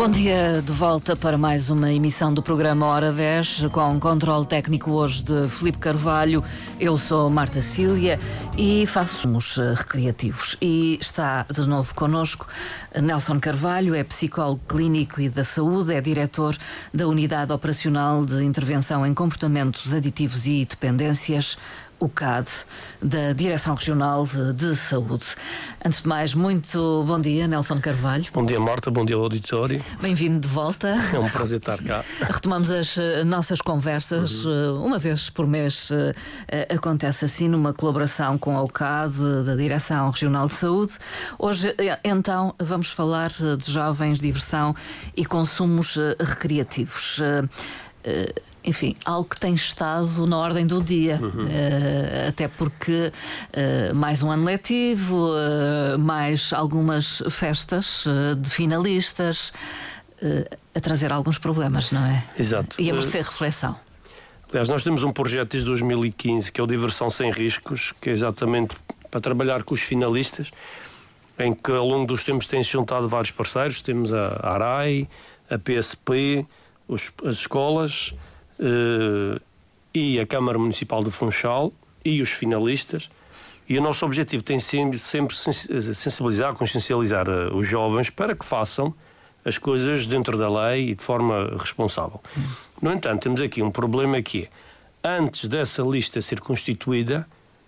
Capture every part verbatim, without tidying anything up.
Bom dia, de volta para mais uma emissão do programa Hora dez, com controle técnico hoje de Filipe Carvalho. Eu sou Marta Cília e faço uns recreativos. E está de novo connosco Nelson Carvalho, é psicólogo clínico e da saúde, é diretor da Unidade Operacional de Intervenção em Comportamentos Aditivos e Dependências, o C A D, da Direção Regional de Saúde. Antes de mais, muito bom dia, Nelson Carvalho. Bom dia, Marta, bom dia ao auditório. Bem-vindo de volta. É um prazer estar cá. Retomamos as uh, nossas conversas, uhum. uh, uma vez por mês uh, uh, acontece assim, numa colaboração com a U C A D, da Direção Regional de Saúde. Hoje, uh, então, vamos falar uh, de jovens, diversão e consumos uh, recreativos. Uh, uh, Enfim, algo que tem estado na ordem do dia, uhum. uh, até porque uh, mais um ano letivo, uh, mais algumas festas uh, de finalistas, uh, a trazer alguns problemas, não é? Exato. E a merecer reflexão. Aliás, nós temos um projeto desde dois mil e quinze que é o Diversão Sem Riscos, que é exatamente para trabalhar com os finalistas, em que ao longo dos tempos têm-se juntado vários parceiros. Temos a ARAI, a P S P, os, as escolas, Uh, e a Câmara Municipal de Funchal e os finalistas, e o nosso objetivo tem sempre, sempre sensibilizar, consciencializar uh, os jovens para que façam as coisas dentro da lei e de forma responsável. Uhum. No entanto, temos aqui um problema que é, antes dessa lista ser constituída,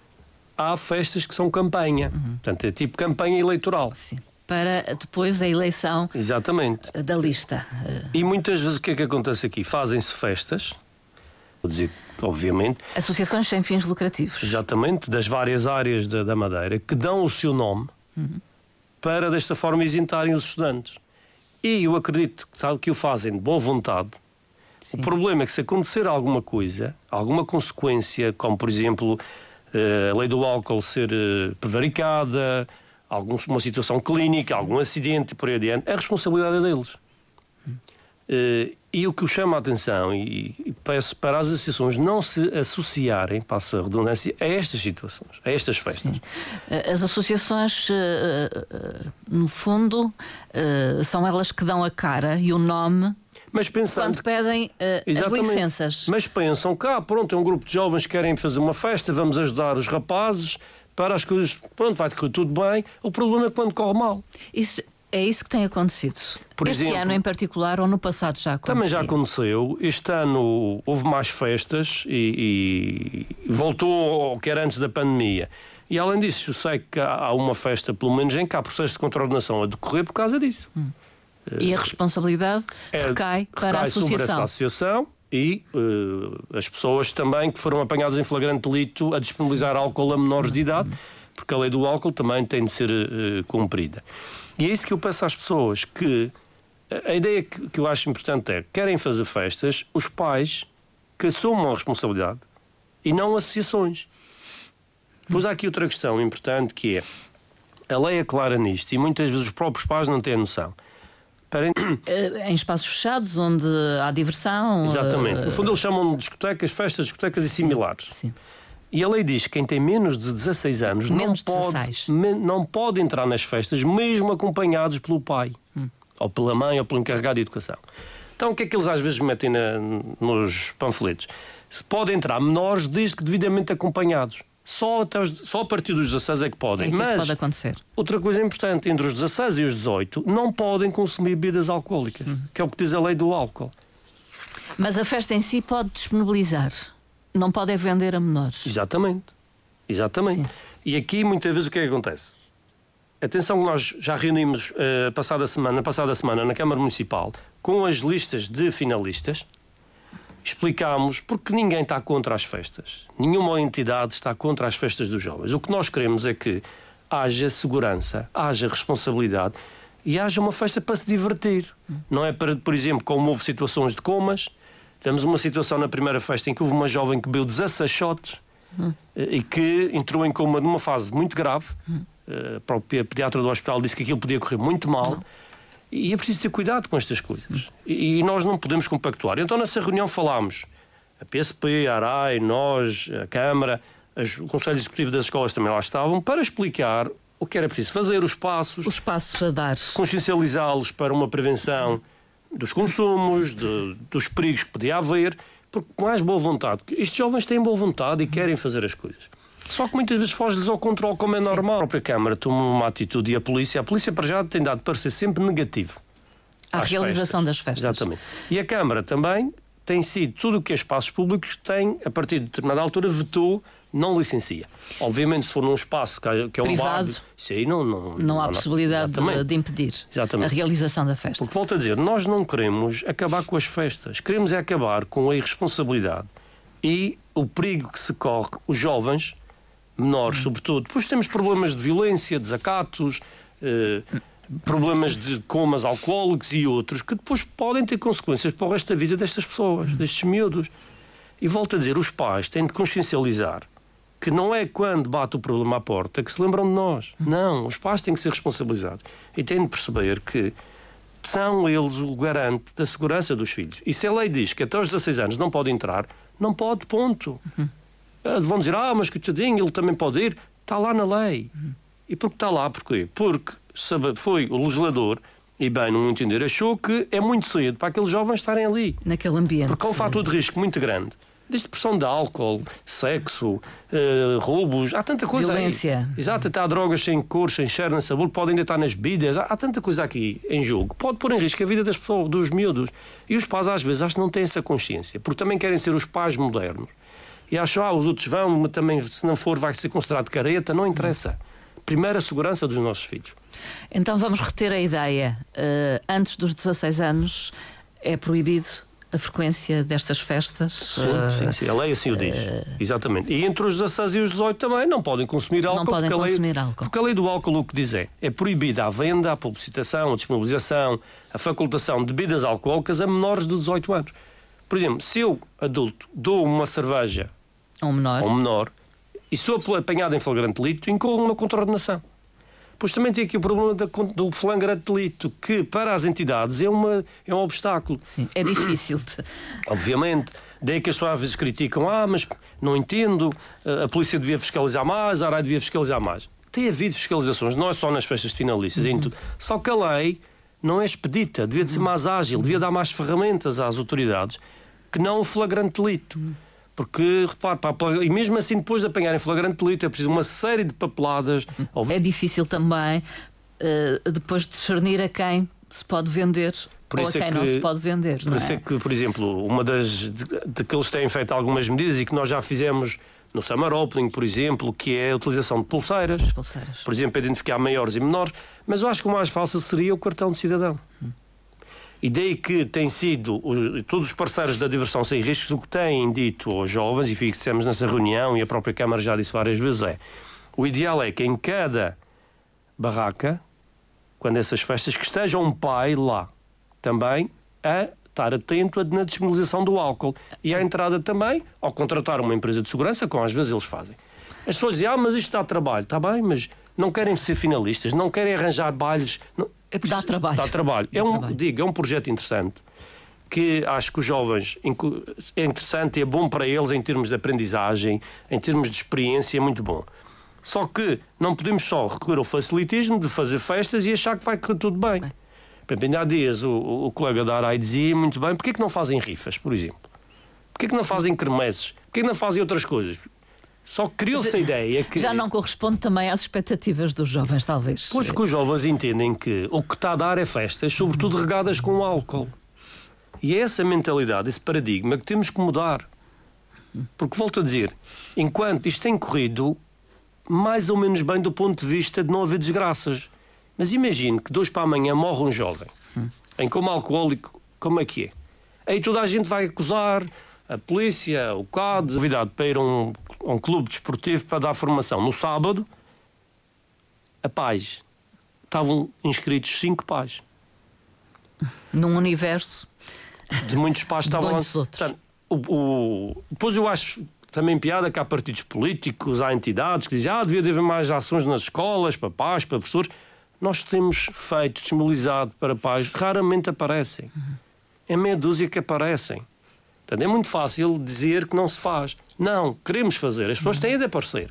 há festas que são campanha. Uhum. Portanto, é tipo campanha eleitoral. Sim. Para depois a eleição. Exatamente. Da lista. E muitas vezes o que é que acontece aqui? Fazem-se festas, vou dizer, obviamente... Associações sem fins lucrativos. Exatamente, das várias áreas da, da Madeira, que dão o seu nome uhum. para, desta forma, isentarem os estudantes. E eu acredito que, tal, que o fazem de boa vontade. Sim. O problema é que se acontecer alguma coisa, alguma consequência, como, por exemplo, a lei do álcool ser prevaricada, alguma situação clínica, algum acidente, por aí adiante, a responsabilidade é deles. Hum. Uh, e o que eu chamo a atenção, e, e peço para as associações não se associarem, passa a redundância, a estas situações, a estas festas. Sim. As associações, uh, uh, no fundo, uh, são elas que dão a cara e o nome... Mas pensando, quando pedem uh, as licenças. Mas pensam que, ah, pronto, é um grupo de jovens que querem fazer uma festa, vamos ajudar os rapazes... para as coisas, pronto, vai correr tudo bem. O problema é quando corre mal. Isso, é isso que tem acontecido. Por este exemplo, ano em particular ou no passado já aconteceu? Também já aconteceu. Este ano houve mais festas e, e voltou ao que era antes da pandemia. E além disso, eu sei que há uma festa, pelo menos em que há processo de contraordenação a decorrer por causa disso. Hum. E a responsabilidade é, recai para recai a associação. sobre essa associação. E uh, as pessoas também que foram apanhadas em flagrante delito a disponibilizar álcool a menores de idade, porque a lei do álcool também tem de ser uh, cumprida. E é isso que eu peço às pessoas, que a ideia que, que eu acho importante é, querem fazer festas, os pais que assumam a responsabilidade e não associações. Depois há aqui outra questão importante, que é, a lei é clara nisto e muitas vezes os próprios pais não têm noção. Em espaços fechados, onde há diversão. Exatamente. Uh... No fundo, eles chamam de discotecas, festas, discotecas e similares. Sim. E a lei diz que quem tem menos de dezasseis anos menos não, pode, me, não pode entrar nas festas, mesmo acompanhados pelo pai, hum. ou pela mãe, ou pelo encarregado de educação. Então, o que é que eles às vezes metem na, nos panfletos? Se pode entrar menores, desde que devidamente acompanhados. Só, até os, só a partir dos dezasseis é que podem. É que Mas isso pode acontecer. Outra coisa importante, entre os dezasseis e os dezoito não podem consumir bebidas alcoólicas, uhum. que é o que diz a lei do álcool. Mas a festa em si pode disponibilizar, não pode vender a menores. Exatamente, exatamente. Sim. E aqui muitas vezes o que é que acontece? Atenção que nós já reunimos uh, passada semana, passada semana na Câmara Municipal com as listas de finalistas. Explicámos porque ninguém está contra as festas. Nenhuma entidade está contra as festas dos jovens. O que nós queremos é que haja segurança, haja responsabilidade e haja uma festa para se divertir. Hum. Não é para, por exemplo, como houve situações de comas. Tivemos uma situação na primeira festa em que houve uma jovem que bebeu dezasseis shots hum. e que entrou em coma numa fase muito grave. Hum. A própria pediatra do hospital disse que aquilo podia correr muito mal. Hum. E é preciso ter cuidado com estas coisas. E nós não podemos compactuar. Então, nessa reunião falámos, a P S P, a ARAI, nós, a Câmara, as, o Conselho Executivo das escolas também lá estavam, para explicar o que era preciso fazer, os passos... Os passos a dar. Consciencializá-los para uma prevenção dos consumos, de, dos perigos que podia haver, porque mais boa vontade. Estes jovens têm boa vontade e querem fazer as coisas. Só que muitas vezes foge-lhes ao controle, como é normal. A própria Câmara toma uma atitude e a polícia, a polícia para já tem dado parecer sempre negativo. À realização festas. das festas. Exatamente. E a Câmara também tem sido tudo o que é espaços públicos tem, a partir de determinada altura, vetou, não licencia. Obviamente, se for num espaço que é um privado, bar, isso aí não, não, não há não, possibilidade de, de impedir Exatamente. a realização da festa. Porque, volto a dizer, nós não queremos acabar com as festas. Queremos é acabar com a irresponsabilidade e o perigo que se corre os jovens, menores, hum. sobretudo. Depois temos problemas de violência, desacatos, eh, problemas de comas alcoólicos e outros que depois podem ter consequências para o resto da vida destas pessoas, hum. destes miúdos. E volto a dizer, os pais têm de consciencializar que não é quando bate o problema à porta que se lembram de nós. Não, os pais têm que ser responsabilizados e têm de perceber que são eles o garante da segurança dos filhos. E se a lei diz que até aos dezasseis anos não pode entrar, não pode, ponto. Uhum. Vão dizer, ah, mas coitadinho, ele também pode ir. Está lá na lei. Uhum. E porque está lá, porquê? Porque sabe, foi o legislador, e bem, não entender, achou que é muito cedo para aqueles jovens estarem ali. Naquele ambiente. Porque há um fator de risco muito grande. Desde pressão de álcool, sexo, uh, roubos, há tanta coisa. Violência. Aí. Exato, até há drogas sem cor, sem cheiro, nem sabor, podem ainda estar nas bebidas. Há, há tanta coisa aqui em jogo. Pode pôr em risco a vida das pessoas, dos miúdos. E os pais, às vezes, acho que não têm essa consciência. Porque também querem ser os pais modernos. E acham, ah, os outros vão, mas também, se não for, vai ser considerado careta. Não interessa. Primeiro, a segurança dos nossos filhos. Então vamos reter a ideia. Uh, antes dos dezasseis anos é proibido a frequência destas festas? Sim, uh, sim, sim, a lei assim o diz. Uh, Exatamente. E entre os dezasseis e os dezoito também não podem consumir álcool. Não podem porque consumir a lei, álcool. Porque a lei do álcool o que diz é, é proibida a venda, a publicitação, a disponibilização, a facultação de bebidas alcoólicas a menores de dezoito anos. Por exemplo, se eu, adulto, dou uma cerveja a um menor, a um menor e sou apanhado em flagrante delito, incorro uma contraordenação. Pois também tem aqui o problema do flagrante delito, que para as entidades é, uma, é um obstáculo. Sim, é difícil. De... Obviamente. Daí que as pessoas às vezes criticam, ah, mas não entendo, a polícia devia fiscalizar mais, a A R A I devia fiscalizar mais. Tem havido fiscalizações, não é só nas festas finalistas, uhum. em tudo. Só que a lei não é expedita, devia de ser mais ágil, devia dar mais ferramentas às autoridades, que não o flagrante delito. Uhum. Porque, repare, e mesmo assim depois de apanharem flagrante delito é preciso uma série de papeladas. É difícil também uh, depois discernir a quem se pode vender por ou a quem é que, não se pode vender. Por não isso é? é que, por exemplo, uma das de, de que eles têm feito algumas medidas e que nós já fizemos no Summer Opening, por exemplo, que é a utilização de pulseiras, pulseiras. Por exemplo, para identificar maiores e menores, mas eu acho que o mais fácil seria o cartão de cidadão. Hum. E daí que tem sido, todos os parceiros da diversão sem riscos, o que têm dito aos jovens, e fixemos nessa reunião, e a própria Câmara já disse várias vezes, é, o ideal é que em cada barraca, quando essas festas, que esteja um pai lá, também a estar atento na disponibilização do álcool. E à entrada também, ao contratar uma empresa de segurança, como às vezes eles fazem. As pessoas dizem, ah, mas isto dá trabalho. Está bem, mas não querem ser finalistas, não querem arranjar bailes... Não, é preciso, dá trabalho. Dá trabalho. Dá é um, trabalho. Digo, é um projeto interessante, que acho que os jovens é interessante e é bom para eles em termos de aprendizagem, em termos de experiência, é muito bom. Só que não podemos só recorrer ao facilitismo de fazer festas e achar que vai correr tudo bem. bem. Por exemplo, há dias o, o, o colega da A R A I dizia muito bem, porquê que não fazem rifas, por exemplo? Porquê que não fazem quermesses? Porquê que não fazem outras coisas? Só criou-se a ideia que... Já não corresponde também às expectativas dos jovens, talvez. Pois que os jovens entendem que o que está a dar é festas, sobretudo regadas com álcool. E é essa mentalidade, esse paradigma que temos que mudar. Porque, volto a dizer, enquanto isto tem corrido mais ou menos bem do ponto de vista de não haver desgraças. Mas imagine que de hoje para amanhã morre um jovem em coma alcoólico, como é que é? Aí toda a gente vai acusar a polícia, o C A D, convidado para ir a um, a um clube desportivo para dar formação. No sábado, a pais. Estavam inscritos cinco pais. Num universo de muitos pais estavam muitos lá. Outros. Portanto, o, o, depois eu acho também piada que há partidos políticos, há entidades que dizem ah, devia haver mais ações nas escolas, para pais, para professores. Nós temos feito, disponibilizado para pais, raramente aparecem. É meia dúzia que aparecem. Portanto, é muito fácil dizer que não se faz. Não, queremos fazer. As pessoas têm de aparecer.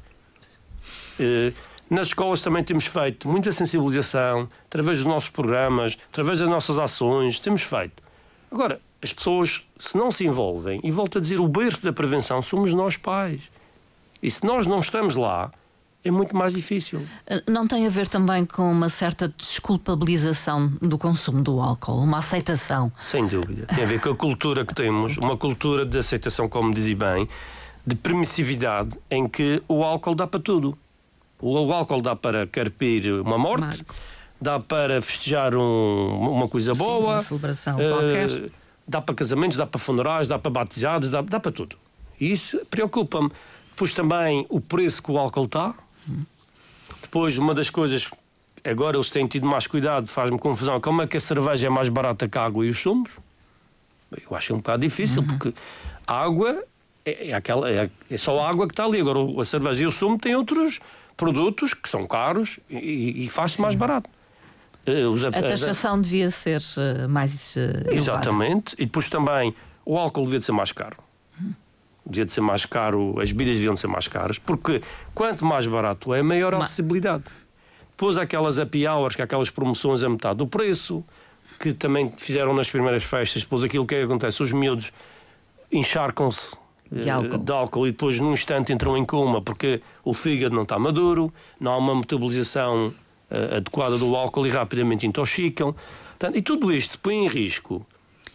Uh, nas escolas também temos feito muita sensibilização, através dos nossos programas, através das nossas ações, temos feito. Agora, as pessoas, se não se envolvem, e volto a dizer, o berço da prevenção somos nós pais. E se nós não estamos lá, é muito mais difícil. Não tem a ver também com uma certa desculpabilização do consumo do álcool, uma aceitação? Sem dúvida. Tem a ver com a cultura que temos, uma cultura de aceitação, como dizia bem, de permissividade, em que o álcool dá para tudo. O álcool dá para carpir uma morte, Marco. Dá para festejar um, uma coisa boa. Sim, uma celebração uh, qualquer. Dá para casamentos, dá para funerais, dá para batizados, dá, dá para tudo. E isso preocupa-me. Depois também o preço que o álcool está. Hum. Depois, uma das coisas, agora eles têm tido mais cuidado, faz-me confusão, como é que a cerveja é mais barata que a água e os sumos? Eu acho um bocado difícil, uhum. porque a água é, é, aquela, é, é só a água que está ali. Agora a cerveja e o sumo têm outros produtos que são caros e, e faz-se mais barato. Uh, a taxação devia ser uh, mais uh, elevada. Exatamente. E depois também o álcool devia de ser mais caro. Hum. Devia de ser mais caro, as bebidas deviam de ser mais caras, porque quanto mais barato é, maior a Ma... acessibilidade. Depois há aquelas happy hours, que há aquelas promoções a metade do preço, que também fizeram nas primeiras festas. Depois aquilo que é que acontece, os miúdos encharcam-se de álcool. de álcool e depois num instante entram em coma porque o fígado não está maduro, não há uma metabolização uh, adequada do álcool e rapidamente intoxicam. Portanto, e tudo isto põe em risco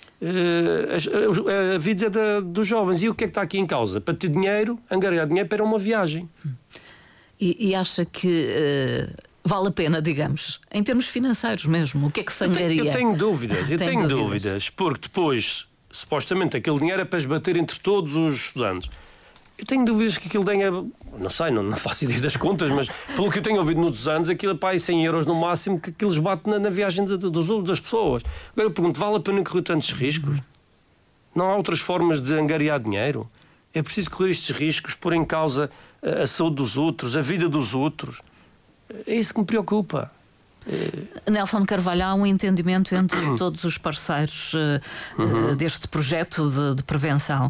uh, a, a vida da, dos jovens. E o que é que está aqui em causa? Para ter dinheiro, angariar dinheiro para uma viagem. E, e acha que uh, vale a pena, digamos, em termos financeiros mesmo? O que é que se angaria? Eu tenho, eu tenho dúvidas, eu Tem tenho dúvidas. dúvidas, porque depois supostamente aquele dinheiro é para esbater entre todos os estudantes. Eu tenho dúvidas que aquilo tenha, não sei, não, não faço ideia das contas, mas pelo que eu tenho ouvido nos anos, aquilo é para cem euros no máximo que aquilo esbate na, na viagem de, de, dos, das pessoas. Agora eu pergunto, vale a pena correr tantos riscos? Não há outras formas de angariar dinheiro? É preciso correr estes riscos, pôr em causa a, a saúde dos outros, a vida dos outros. É isso que me preocupa. Nelson Carvalho, há um entendimento entre todos os parceiros uh, uhum. uh, deste projeto de, de prevenção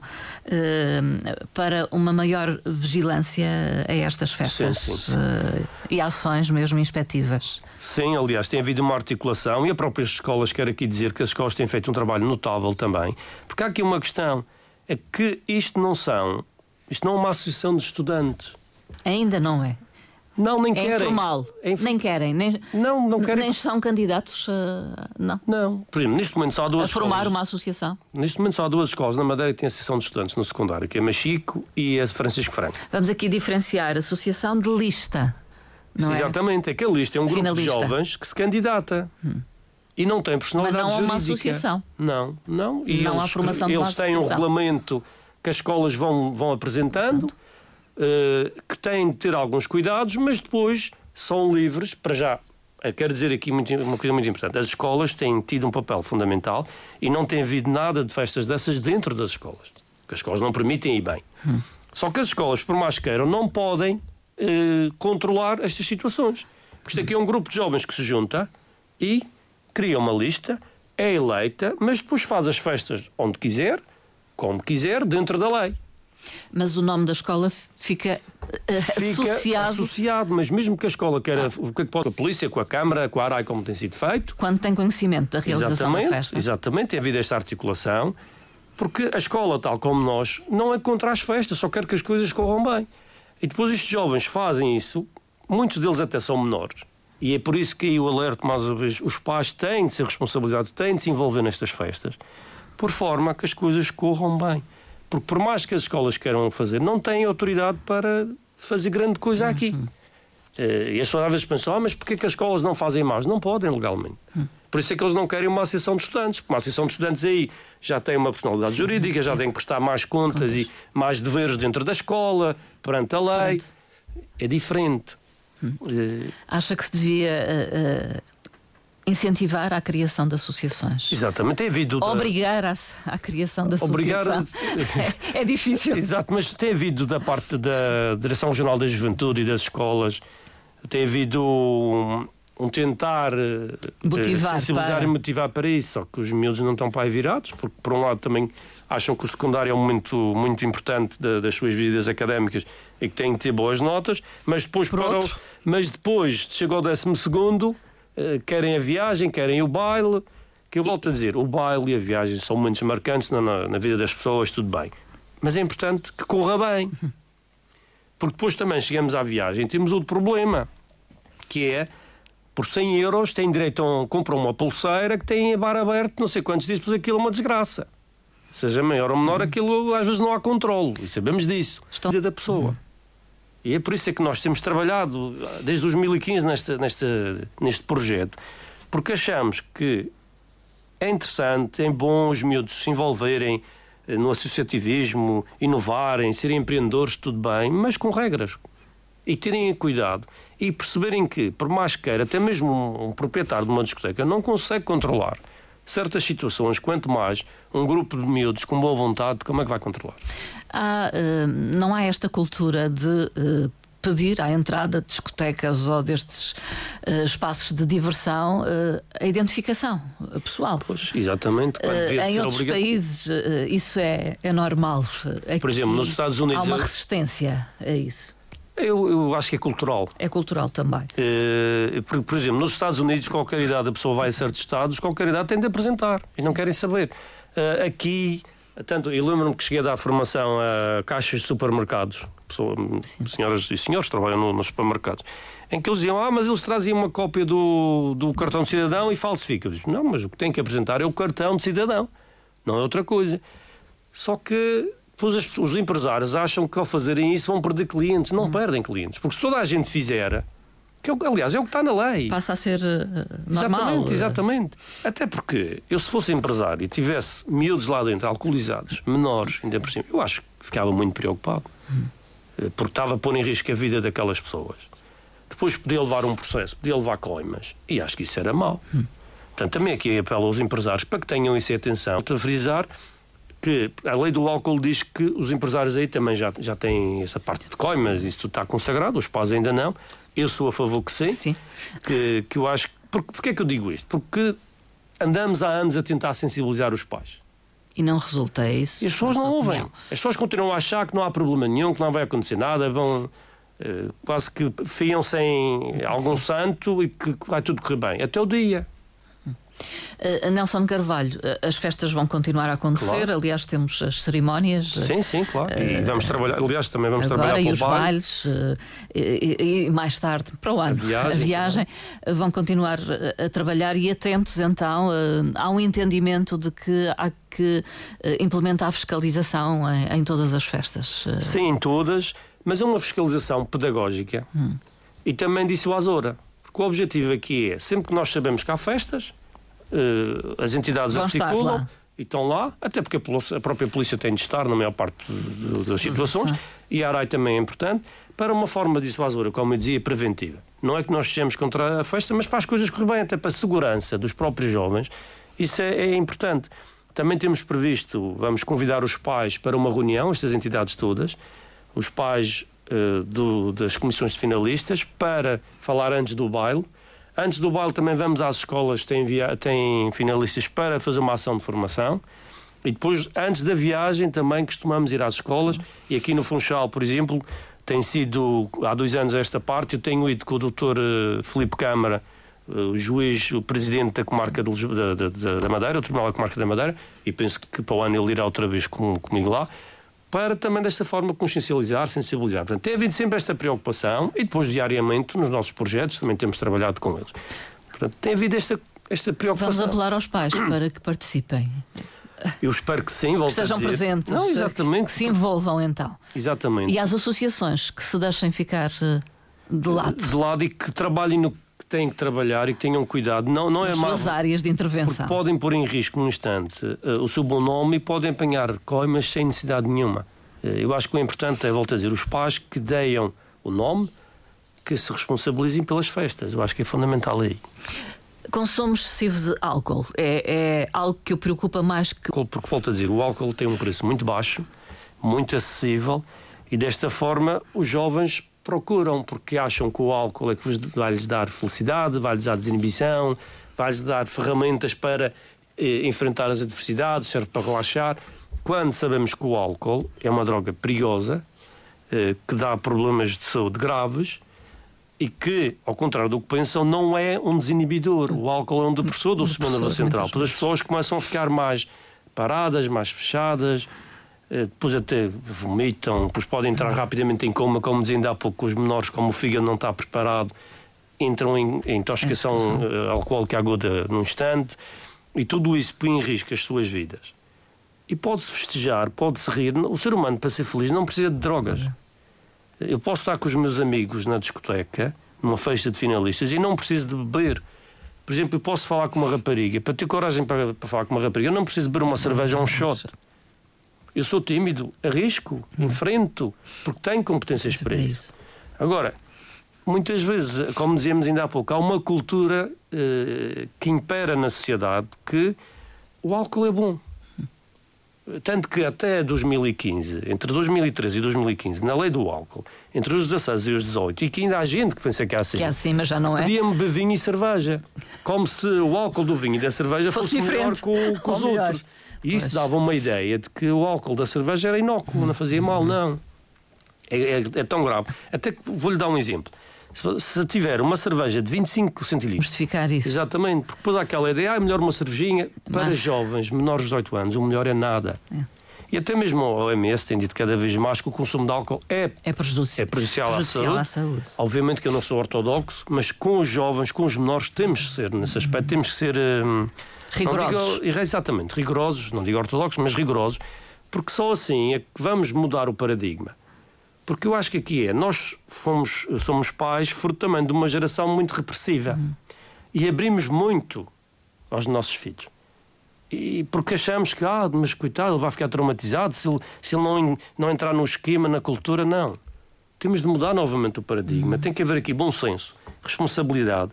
uh, para uma maior vigilância a estas festas. Sim, sim, sim. Uh, e ações mesmo inspectivas. Sim, aliás, tem havido uma articulação e a próprias escolas, quero aqui dizer que as escolas têm feito um trabalho notável também, porque há aqui uma questão, é que isto não são, isto não é uma associação de estudantes. Ainda não é. Não, nem é querem. Informal. É inf... Nem querem. Nem, não, não querem. Nem são candidatos a... Não. Não. Por exemplo, neste momento só há duas a formar escolas. uma associação. Neste momento só há duas escolas na Madeira que têm associação de estudantes no secundário, que é a Machico e a Francisco Franco. Vamos aqui diferenciar a associação de lista. Não Exatamente. É? Aquela lista é um grupo Finalista. de jovens que se candidata. Hum. E não tem personalidade Mas não jurídica. Há uma associação. Não, não. E não eles, há formação eles de uma têm um regulamento que as escolas vão, vão apresentando, uh, que têm de ter alguns cuidados, mas depois são livres, para já, quero dizer aqui muito, uma coisa muito importante, as escolas têm tido um papel fundamental e não tem havido nada de festas dessas dentro das escolas, porque as escolas não permitem ir bem. Hum. Só que as escolas, por mais que queiram, não podem eh, controlar estas situações. Porque isto aqui é um grupo de jovens que se junta e cria uma lista, é eleita, mas depois faz as festas onde quiser, como quiser, dentro da lei. Mas o nome da escola fica, uh, fica associado... associado, mas mesmo que a escola queira, ah. com a polícia, com a Câmara, com a ARAI, como tem sido feito. Quando tem conhecimento da realização exatamente, da festa. Exatamente, tem havido esta articulação, porque a escola, tal como nós, não é contra as festas, só quer que as coisas corram bem. E depois estes jovens fazem isso, muitos deles até são menores. E é por isso que eu alerto mais uma vez, os pais têm de ser responsabilizados, têm de se envolver nestas festas, por forma que as coisas corram bem. Porque por mais que as escolas queiram fazer, não têm autoridade para fazer grande coisa aqui. Uhum. E as pessoas às vezes pensam, ah, mas porquê que as escolas não fazem mais? Não podem legalmente. Uhum. Por isso é que eles não querem uma associação de estudantes. Porque uma associação de estudantes aí já tem uma personalidade Sim. jurídica, já tem que prestar mais contas, contas e mais deveres dentro da escola, perante a lei. Perante. É diferente. Uhum. Uh... Acha que se devia... Uh, uh... incentivar a criação de associações. Exatamente. Tem havido... Obrigar à, à criação de Obrigar associação. A... é, é difícil. Exato, mas tem havido da parte da Direção Regional da Juventude e das escolas, tem havido um, um tentar motivar uh, sensibilizar para... e motivar para isso, só que os miúdos não estão para aí virados, porque por um lado também acham que o secundário é um momento muito importante da, das suas vidas académicas e que têm que ter boas notas, mas depois, para o, mas depois chega ao décimo segundo, querem a viagem, querem o baile, Que eu volto a dizer, o baile e a viagem são momentos marcantes na, na vida das pessoas, tudo bem. Mas é importante que corra bem. Porque depois também chegamos à viagem e temos outro problema, que é, por cem euros tem direito a um, compra uma pulseira que tem a bar aberto não sei quantos dias, pois aquilo é uma desgraça. Seja maior ou menor, aquilo às vezes não há controle. E sabemos disso. Estão... da pessoa. E é por isso é que nós temos trabalhado desde dois mil e quinze neste, neste, neste projeto, porque achamos que é interessante, é bom os miúdos se envolverem no associativismo, inovarem, serem empreendedores, tudo bem, mas com regras. E terem cuidado. E perceberem que, por mais que queira, até mesmo um, um proprietário de uma discoteca não consegue controlar certas situações, quanto mais um grupo de miúdos com boa vontade, como é que vai controlar? Há, uh, não há esta cultura de uh, pedir à entrada de discotecas ou destes uh, espaços de diversão uh, a identificação pessoal. Pois, exatamente. Uh, em ser outros obriga... países uh, isso é, é normal. Aqui, por exemplo, nos Estados Unidos há uma resistência a isso. Eu, eu acho que é cultural. É cultural também. Uh, por, por exemplo, nos Estados Unidos, qualquer idade a pessoa vai a certos estados, qualquer idade tem de apresentar e não querem saber. Uh, aqui, tanto, eu lembro-me que cheguei a dar formação a caixas de supermercados, pessoa, senhoras e senhores que trabalham no, nos supermercados, em que eles diziam, ah, mas eles trazem uma cópia do, do cartão de cidadão e falsificam. Eu disse, não, mas o que tem que apresentar é o cartão de cidadão, não é outra coisa. Só que depois as, os empresários acham que ao fazerem isso vão perder clientes. Não hum. perdem clientes. Porque se toda a gente fizer, que é, aliás é o que está na lei. Passa a ser uh, normal. Exatamente, exatamente. Até porque eu, se fosse empresário e tivesse miúdos lá dentro, alcoolizados, menores, ainda por cima, eu acho que ficava muito preocupado. Hum. Porque estava a pôr em risco a vida daquelas pessoas. Depois podia levar um processo, podia levar coimas. E acho que isso era mau. Hum. Portanto, também aqui apelo aos empresários para que tenham isso em atenção. Estou a frisar que a lei do álcool diz que os empresários aí também já, já têm essa parte de coimas, isso tudo está consagrado, os pais ainda não. Eu sou a favor que sim. sim. Que, que eu acho... Porque, porque é que eu digo isto? Porque andamos há anos a tentar sensibilizar os pais. E não resulta isso. E as pessoas não ouvem. As pessoas continuam a achar que não há problema nenhum, que não vai acontecer nada, vão... Uh, quase que fiam-se em algum sim. santo e que vai tudo correr bem. Até o dia. Uh, Nelson Carvalho, uh, as festas vão continuar a acontecer, claro. Aliás temos as cerimónias. Sim, sim, claro. Uh, e vamos trabalhar, aliás também vamos agora, trabalhar e com os bailes uh, e, e mais tarde, para o ano, a viagem, a viagem uh, vão continuar a, a trabalhar e atentos então, uh, há um entendimento de que há que uh, implementar a fiscalização em, em todas as festas. Uh. Sim, em todas, mas é uma fiscalização pedagógica hum. e também dissuasora, porque o objetivo aqui é, sempre que nós sabemos que há festas, Uh, as entidades vão articulam e estão lá, até porque a, a própria polícia tem de estar na maior parte do, do, das situações, e a ARAI também é importante, para uma forma dissuasora, como eu dizia, preventiva. Não é que nós sejamos contra a festa, mas para as coisas correr bem, até para a segurança dos próprios jovens, isso é, é importante. Também temos previsto, vamos convidar os pais para uma reunião, estas entidades todas, os pais uh, do, das comissões de finalistas, para falar antes do baile. Antes do baile também vamos às escolas que têm, via... têm finalistas para fazer uma ação de formação. E depois, antes da viagem, também costumamos ir às escolas. E aqui no Funchal, por exemplo, tem sido, há dois anos esta parte, eu tenho ido com o doutor Filipe Câmara, o juiz, o presidente da comarca de, da, da, da Madeira, o Tribunal da Comarca da Madeira, e penso que para o ano ele irá outra vez com, comigo lá, para também desta forma consciencializar, sensibilizar. Portanto, tem havido sempre esta preocupação e depois diariamente nos nossos projetos também temos trabalhado com eles. Portanto, tem havido esta, esta preocupação. Vamos apelar aos pais para que participem. Eu espero que sim, volto que estejam a dizer. presentes, Não, exatamente. Que se envolvam então. Exatamente. E às associações que se deixem ficar de lado. De lado e que trabalhem no que têm que trabalhar e que tenham cuidado. Não, não é Nas suas áreas de intervenção. Porque podem pôr em risco num instante uh, o seu bom nome e podem apanhar coimas sem necessidade nenhuma. Uh, eu acho que o importante é, volto a dizer, os pais que deem o nome, que se responsabilizem pelas festas. Eu acho que é fundamental aí. Consumo excessivo de álcool é, é algo que o preocupa mais que... Porque, volto a dizer, o álcool tem um preço muito baixo, muito acessível, e desta forma os jovens procuram, porque acham que o álcool é que vai-lhes dar felicidade, vai-lhes dar desinibição, vai-lhes dar ferramentas para eh, enfrentar as adversidades, serve para relaxar. Quando sabemos que o álcool é uma droga perigosa, eh, que dá problemas de saúde graves, e que, ao contrário do que pensam, não é um desinibidor. O álcool é um depressor do sistema nervoso central. Depois as pessoas começam a ficar mais paradas, mais fechadas, depois até vomitam, depois podem entrar rapidamente em coma, como dizia ainda há pouco, os menores, como o fígado não está preparado, entram em, em intoxicação é, alcoólica aguda num instante, e tudo isso põe em risco as suas vidas. E pode-se festejar, pode-se rir. O ser humano, para ser feliz, não precisa de drogas. Eu posso estar com os meus amigos na discoteca, numa festa de finalistas, e não preciso de beber. Por exemplo, eu posso falar com uma rapariga. Para ter coragem para, para falar com uma rapariga, eu não preciso beber uma cerveja ou um shot. Eu sou tímido, arrisco, enfrento, porque tenho competências para isso. Agora, muitas vezes, como dizíamos ainda há pouco, há uma cultura eh, que impera na sociedade que o álcool é bom. Tanto que até dois mil e quinze, entre dois mil e treze e dois mil e quinze, na lei do álcool, entre os dezasseis e os dezoito, e que ainda há gente que pensa que é assim, que é assim, mas já não é, pedia-me beber vinho e cerveja, como se o álcool do vinho e da cerveja fosse, fosse melhor que, o, que os outros. E isso pois. Dava uma ideia de que o álcool da cerveja era inócuo, não fazia mal, não. É, é, é tão grave. Até que vou-lhe dar um exemplo. Se, se tiver uma cerveja de vinte e cinco centilitros... Justificar isso. Exatamente, porque depois há aquela ideia, ah, é melhor uma cervejinha. Para mas... jovens menores de dezoito anos, o melhor é nada. É. E até mesmo a O M S tem dito cada vez mais que o consumo de álcool é, é prejudicial, é prejudicial, prejudicial à, à, saúde. à saúde. Obviamente que eu não sou ortodoxo, mas com os jovens, com os menores, temos que ser, nesse aspecto, temos que ser... Hum, rigorosos. Digo, exatamente, rigorosos, não digo ortodoxos, mas rigorosos, porque só assim é que vamos mudar o paradigma. Porque eu acho que aqui é, nós fomos, somos pais fruto também de uma geração muito repressiva hum. e abrimos muito aos nossos filhos. E porque achamos que, ah, mas coitado, ele vai ficar traumatizado se ele, se ele não, não entrar no esquema, na cultura, não. Temos de mudar novamente o paradigma. Hum. Tem que haver aqui bom senso, responsabilidade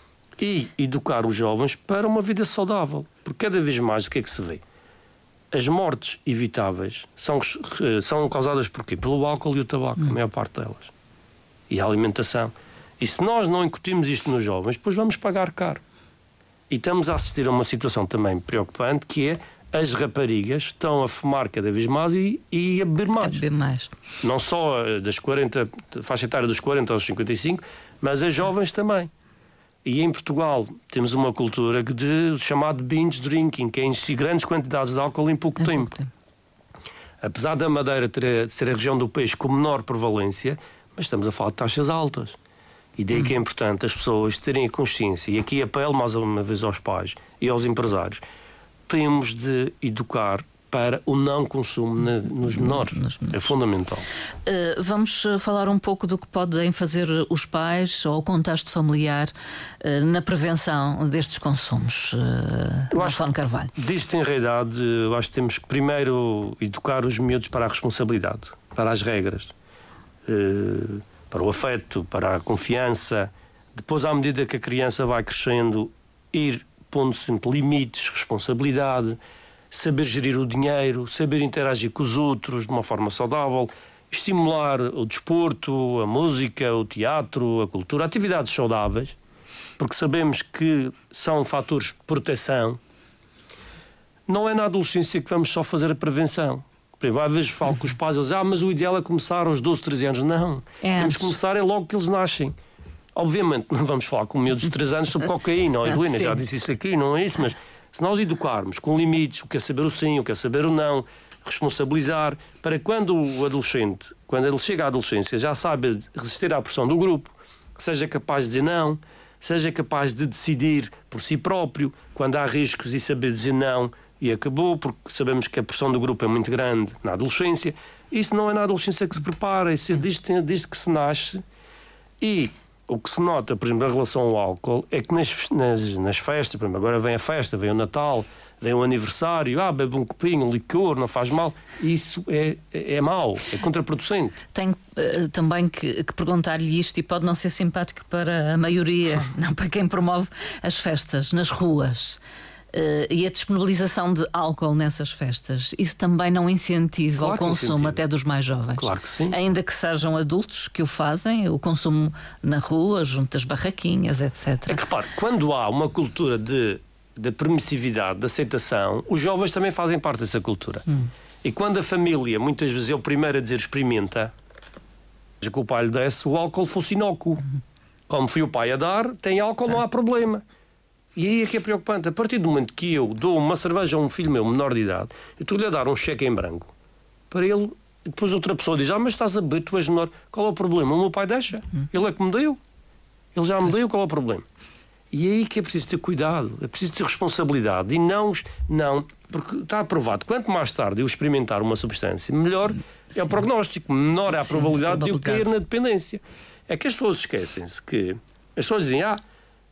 e educar os jovens para uma vida saudável. Porque cada vez mais o que é que se vê? As mortes evitáveis são, são causadas por quê? Pelo álcool e o tabaco, hum. a maior parte delas. E a alimentação. E se nós não incutimos isto nos jovens, depois vamos pagar caro. E estamos a assistir a uma situação também preocupante, que é as raparigas estão a fumar cada vez mais e, e a beber mais. A beber mais. Não só das quarenta, faixa etária dos quarenta aos cinquenta e cinco, mas as jovens também. E em Portugal temos uma cultura de chamado binge drinking, que é ingerir grandes quantidades de álcool em pouco, em tempo. pouco tempo. Apesar da Madeira ter, ser a região do país com menor prevalência, mas estamos a falar de taxas altas. E daí hum. que é importante as pessoas terem a consciência, e aqui apelo mais uma vez aos pais e aos empresários, temos de educar para o não consumo na, nos, menores. nos menores. É fundamental. Uh, vamos falar um pouco do que podem fazer os pais ou o contexto familiar uh, na prevenção destes consumos. Uh, António Carvalho. Disto em realidade, eu acho que temos que primeiro educar os miúdos para a responsabilidade, para as regras, uh, para o afeto, para a confiança. Depois, à medida que a criança vai crescendo, ir pondo sempre limites, responsabilidade, saber gerir o dinheiro, saber interagir com os outros de uma forma saudável, estimular o desporto, a música, o teatro, a cultura, atividades saudáveis, porque sabemos que são fatores de proteção. Não é na adolescência que vamos só fazer a prevenção. Por exemplo, às vezes falo com os pais e eles dizem, ah, mas o ideal é começar aos doze, treze anos. Não, é temos que começar é logo que eles nascem. Obviamente não vamos falar com miúdos de três anos sobre cocaína ou heroína, já disse isso aqui, não é isso, mas se nós educarmos com limites, o que é saber o sim, o que é saber o não, responsabilizar, para quando o adolescente, quando ele chega à adolescência, já sabe resistir à pressão do grupo, seja capaz de dizer não, seja capaz de decidir por si próprio, quando há riscos e saber dizer não, e acabou, porque sabemos que a pressão do grupo é muito grande na adolescência. Isso não é na adolescência que se prepara, isso é desde, desde que se nasce. E o que se nota, por exemplo, em relação ao álcool, é que nas, nas, nas festas, por exemplo, agora vem a festa, vem o Natal, vem o aniversário, ah, bebe um copinho, um licor, não faz mal. Isso é, é, é mau, é contraproducente. Tenho uh, também que, que perguntar-lhe isto, e pode não ser simpático para a maioria, não para quem promove as festas nas ruas. Uh, e a disponibilização de álcool nessas festas, isso também não incentiva claro o consumo incentiva. Até dos mais jovens? Claro que sim. Ainda que sejam adultos que o fazem, o consumo na rua, junto às barraquinhas, etcétera. É que, repare, quando há uma cultura de, de permissividade, de aceitação, os jovens também fazem parte dessa cultura. Hum. E quando a família, muitas vezes, é o primeiro a dizer experimenta, que o pai lhe desse, o álcool fosse inócuo. Hum. como fui o pai a dar, tem álcool, não há problema. E aí é que é preocupante. A partir do momento que eu dou uma cerveja a um filho meu menor de idade, eu estou-lhe a dar um cheque em branco para ele, depois outra pessoa diz, ah, mas estás a beber, tu és menor, qual é o problema? O meu pai deixa, ele é que me deu, ele já me deu, qual é o problema? E é aí que é preciso ter cuidado, é preciso ter responsabilidade e não, não porque está aprovado, quanto mais tarde eu experimentar uma substância, melhor Sim. é o prognóstico, menor é a Sim, probabilidade de eu cair na dependência. É que as pessoas esquecem-se que as pessoas dizem, ah,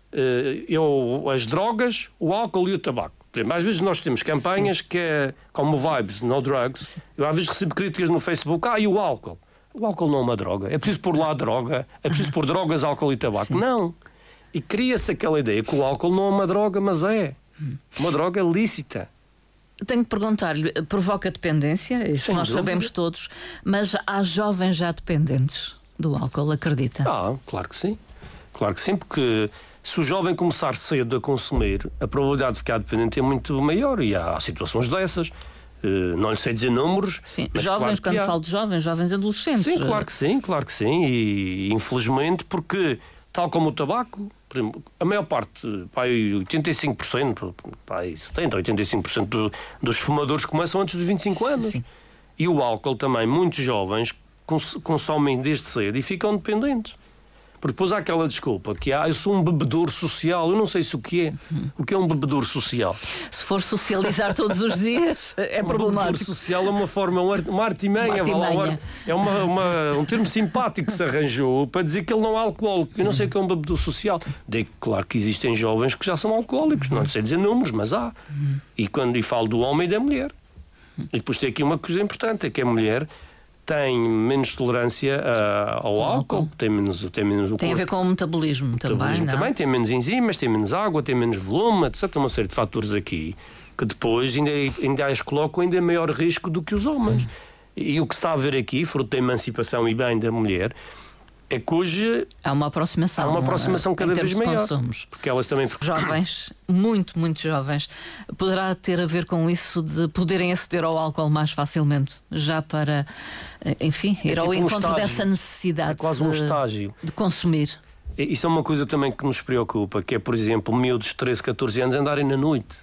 eu, as drogas, o álcool e o tabaco. Por exemplo, às vezes nós temos campanhas Sim. que é como Vibes, No Drugs. Sim. Eu às vezes recebo críticas no Facebook, ah, e o álcool? O álcool não é uma droga, é preciso pôr lá droga, é preciso pôr drogas, álcool e tabaco. Sim. Não. E cria-se aquela ideia que o álcool não é uma droga, mas é uma droga lícita. Tenho que perguntar-lhe, provoca dependência? Isso Sem nós dúvida. Sabemos todos, mas há jovens já dependentes do álcool, acredita? Ah, claro que sim. Claro que sim, porque se o jovem começar cedo a consumir, a probabilidade de ficar dependente é muito maior e há situações dessas. Uh, não lhe sei dizer números. Sim, mas jovens, claro quando falo de jovens, jovens adolescentes. Sim, claro que sim, claro que sim. E infelizmente, porque tal como o tabaco, por exemplo, a maior parte, pá, oitenta e cinco por cento, pá, setenta, oitenta e cinco por cento do, dos fumadores começam antes dos vinte e cinco anos. Sim. E o álcool também, muitos jovens cons- consomem desde cedo e ficam dependentes. Porque depois há aquela desculpa que há, ah, eu sou um bebedor social, eu não sei se o que é. O que é um bebedor social? Se for socializar todos os dias, é um problemático. Bebedor social é uma forma, uma artimanha, uma artimanha. É uma, uma, um termo simpático que se arranjou para dizer que ele não é alcoólico. Eu não sei o que é um bebedor social. Digo, claro que existem jovens que já são alcoólicos, não sei dizer números, mas há. E quando e falo do homem e da mulher. E depois tem aqui uma coisa importante, é que a mulher tem menos tolerância uh, ao álcool, álcool. Tem menos, tem menos o Tem corpo. A ver com o metabolismo, metabolismo também, também tem menos enzimas, tem menos água, tem menos volume, etcétera. Uma série de fatores aqui que depois ainda, ainda as colocam ainda em maior risco do que os homens. Hum. E o que se está a ver aqui, fruto da emancipação e bem da mulher, é que hoje há uma aproximação, há uma aproximação cada vez maior, porque elas também jovens, muito, muito jovens, poderá ter a ver com isso de poderem aceder ao álcool mais facilmente, já para, enfim, ir é tipo ao encontro um estágio, dessa necessidade é quase um estágio de consumir. Isso é uma coisa também que nos preocupa, que é, por exemplo, miúdos de treze, catorze anos andarem na noite.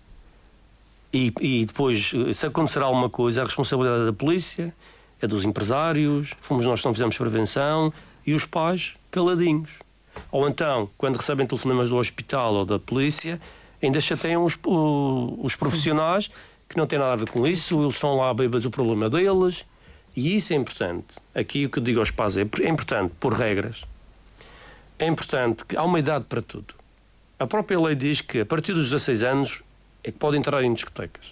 E, e depois, se acontecer alguma coisa, a responsabilidade é da polícia, é dos empresários, fomos nós que não fizemos prevenção, e os pais caladinhos. Ou então, quando recebem telefonemas do hospital ou da polícia, ainda chateiam os, os profissionais Sim. que não têm nada a ver com isso, eles estão lá bêbados, o problema deles. E isso é importante. Aqui o que eu digo aos pais é, é importante por regras. É importante que há uma idade para tudo. A própria lei diz que a partir dos dezasseis anos é que podem entrar em discotecas.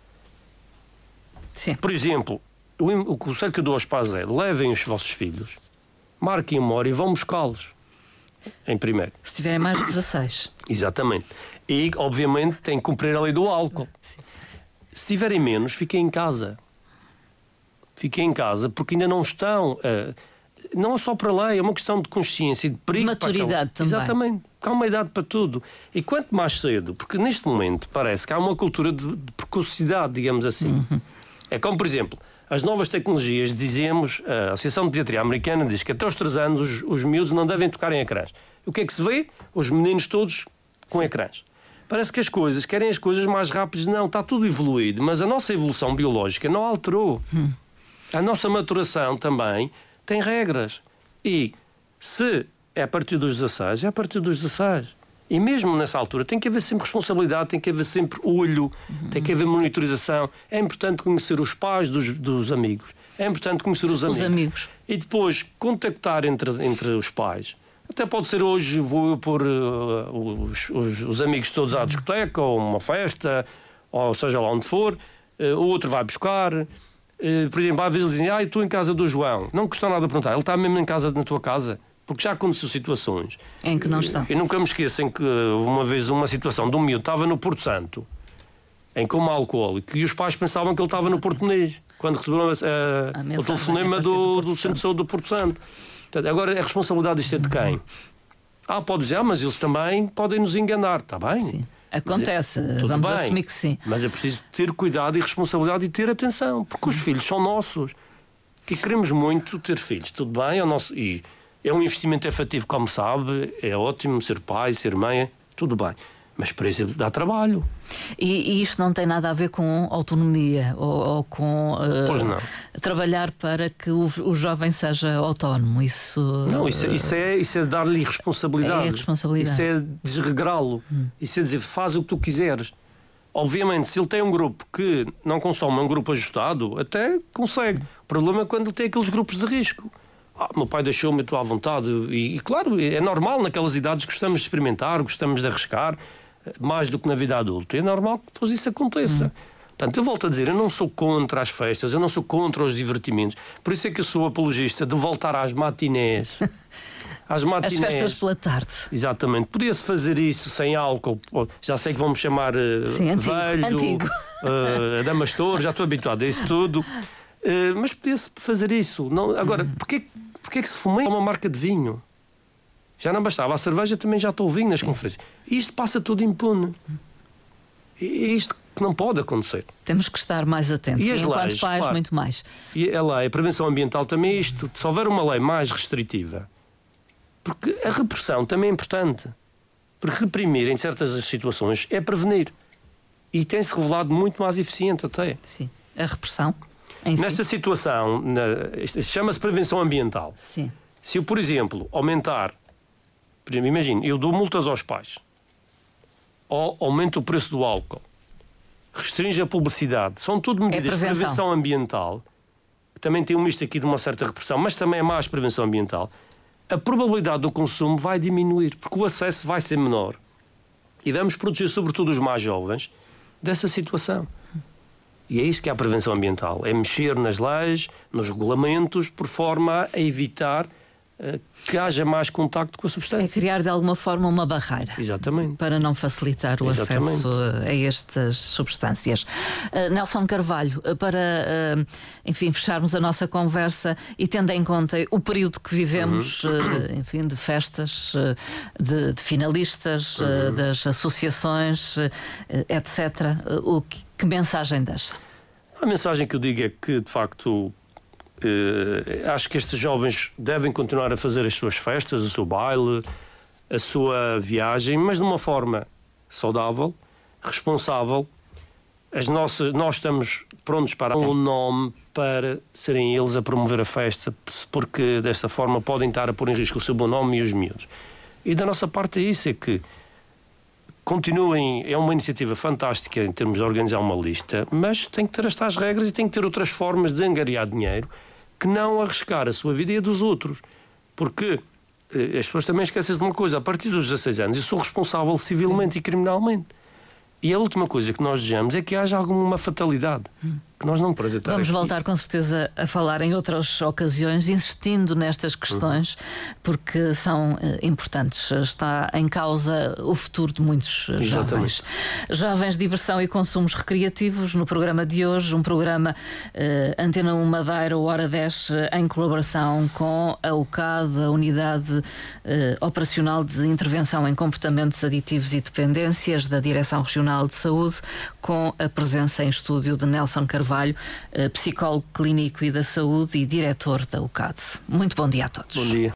Sim. Por exemplo, o, o conselho que eu dou aos pais é: levem os vossos filhos, marquem uma hora e vão buscá-los em primeiro. Se tiverem mais de dezasseis. Exatamente. E, obviamente, têm que cumprir a lei do álcool. Sim. Se tiverem menos, fiquem em casa. Fiquem em casa, porque ainda não estão... Uh, não é só para a lei, é uma questão de consciência e de perigo. Maturidade também. Exatamente. Há uma idade para tudo. E quanto mais cedo, porque neste momento parece que há uma cultura de, de precocidade, digamos assim. Uhum. É como, por exemplo... As novas tecnologias, dizemos, a Associação de Pediatria Americana diz que até aos três anos os, os miúdos não devem tocar em ecrãs. O que é que se vê? Os meninos todos com Sim. ecrãs. Parece que as coisas, querem as coisas mais rápidas. Não, está tudo evoluído, mas a nossa evolução biológica não alterou. Hum. A nossa maturação também tem regras. E se é a partir dos dezasseis, é a partir dos dezasseis. E mesmo nessa altura tem que haver sempre responsabilidade, tem que haver sempre olho, uhum. tem que haver monitorização. É importante conhecer os pais dos, dos amigos. É importante conhecer os, os amigos. amigos. E depois contactar entre, entre os pais. Até pode ser hoje, vou eu pôr uh, os, os, os amigos todos à discoteca, ou uma festa, ou seja lá onde for. Uh, o outro vai buscar. Uh, por exemplo, às vezes dizem, ah, eu estou em casa do João. Não custa nada perguntar, ele está mesmo em casa na tua casa? Porque já aconteceu situações em que não estão. Eu nunca me esqueço em que houve uma vez uma situação de um miúdo, estava no Porto Santo, em que um alcoólico, e os pais pensavam que ele estava no Porto Muniz, quando receberam a, a, a o telefonema do, do Centro de Saúde do Porto Santo. Portanto, agora, a responsabilidade disto é de quem? Ah, pode dizer, ah, mas eles também podem nos enganar, está bem? Sim. Acontece, dizer, vamos bem, assumir que sim. Mas é preciso ter cuidado e responsabilidade e ter atenção, porque os filhos são nossos. E queremos muito ter filhos, tudo bem, é o nosso... E, É um investimento efetivo, como sabe, é ótimo ser pai, ser mãe, tudo bem. Mas para isso dá trabalho. E, e isto não tem nada a ver com autonomia ou, ou com uh, trabalhar para que o, o jovem seja autónomo. Isso, não, isso, uh, isso é, isso é dar-lhe responsabilidade. É responsabilidade. Isso é desregrá-lo. Hum. Isso é dizer, faz o que tu quiseres. Obviamente, se ele tem um grupo que não consome um grupo ajustado, até consegue. O problema é quando ele tem aqueles grupos de risco. Ah, meu pai deixou-me, estou à vontade. E, e claro, é normal, naquelas idades gostamos de experimentar, gostamos de arriscar, mais do que na vida adulta. É normal que depois isso aconteça. Hum. Portanto, eu volto a dizer, eu não sou contra as festas, eu não sou contra os divertimentos. Por isso é que eu sou apologista de voltar às matinés. Às matinés. As festas pela tarde. Exatamente. Podia-se fazer isso sem álcool. Já sei que vão-me chamar uh, Sim, antigo, velho, antigo. Uh, Adamastor, já estou habituado a isso tudo. Uh, mas podia-se fazer isso. Não, agora, hum. porquê, porquê que se fomenta uma marca de vinho? Já não bastava. A cerveja também já estou o vinho nas Sim. conferências. E isto passa tudo impune. E é isto que não pode acontecer. Temos que estar mais atentos. E, e as enquanto leis, pais, claro. muito mais. E a lei, a prevenção ambiental também é isto. Se houver uma lei mais restritiva, porque a repressão também é importante. Porque reprimir em certas situações é prevenir. E tem-se revelado muito mais eficiente até. Sim. A repressão? Nesta si. situação, na, chama-se prevenção ambiental. Sim. Se eu, por exemplo, aumentar... Por exemplo, imagine, eu dou multas aos pais. Ou aumento o preço do álcool. Restringe a publicidade. São tudo medidas é de prevenção ambiental. Que também tem um misto aqui de uma certa repressão, mas também é mais prevenção ambiental. A probabilidade do consumo vai diminuir, porque o acesso vai ser menor. E vamos proteger, sobretudo, os mais jovens dessa situação. E é isso que é a prevenção ambiental. É mexer nas leis, nos regulamentos, por forma a evitar uh, que haja mais contacto com a substância. É criar, de alguma forma, uma barreira. Exatamente. Para não facilitar o Exatamente. acesso a estas substâncias. Uh, Nelson Carvalho, para, uh, enfim, fecharmos a nossa conversa e tendo em conta o período que vivemos, uhum. uh, enfim, de festas, uh, de, de finalistas, uhum. uh, das associações, uh, etcétera, uh, o que Que mensagem deixa? A mensagem que eu digo é que, de facto, eh, acho que estes jovens devem continuar a fazer as suas festas, o seu baile, a sua viagem, mas de uma forma saudável, responsável. As nossas, nós estamos prontos para um nome para serem eles a promover a festa, porque desta forma podem estar a pôr em risco o seu bom nome e os miúdos. E da nossa parte é isso, é que continuem, é uma iniciativa fantástica em termos de organizar uma lista, mas tem que ter estas regras e tem que ter outras formas de angariar dinheiro que não arriscar a sua vida e a dos outros. Porque eh, as pessoas também esquecem-se de uma coisa, a partir dos dezasseis anos eu sou responsável civilmente e criminalmente. E a última coisa que nós desejamos é que haja alguma fatalidade. Que nós não apresentar Vamos aqui. voltar com certeza a falar em outras ocasiões, insistindo nestas questões, uhum. porque são uh, importantes. Está em causa o futuro de muitos uh, jovens. Jovens, diversão e consumos recreativos. No programa de hoje, um programa uh, Antena um Madeira, Hora dez, uh, em colaboração com a U C A D, a Unidade uh, Operacional de Intervenção em Comportamentos Aditivos e Dependências da Direção Regional de Saúde, com a presença em estúdio de Nelson Carvalho, psicólogo clínico e da saúde e diretor da U C A D. Muito bom dia a todos. Bom dia.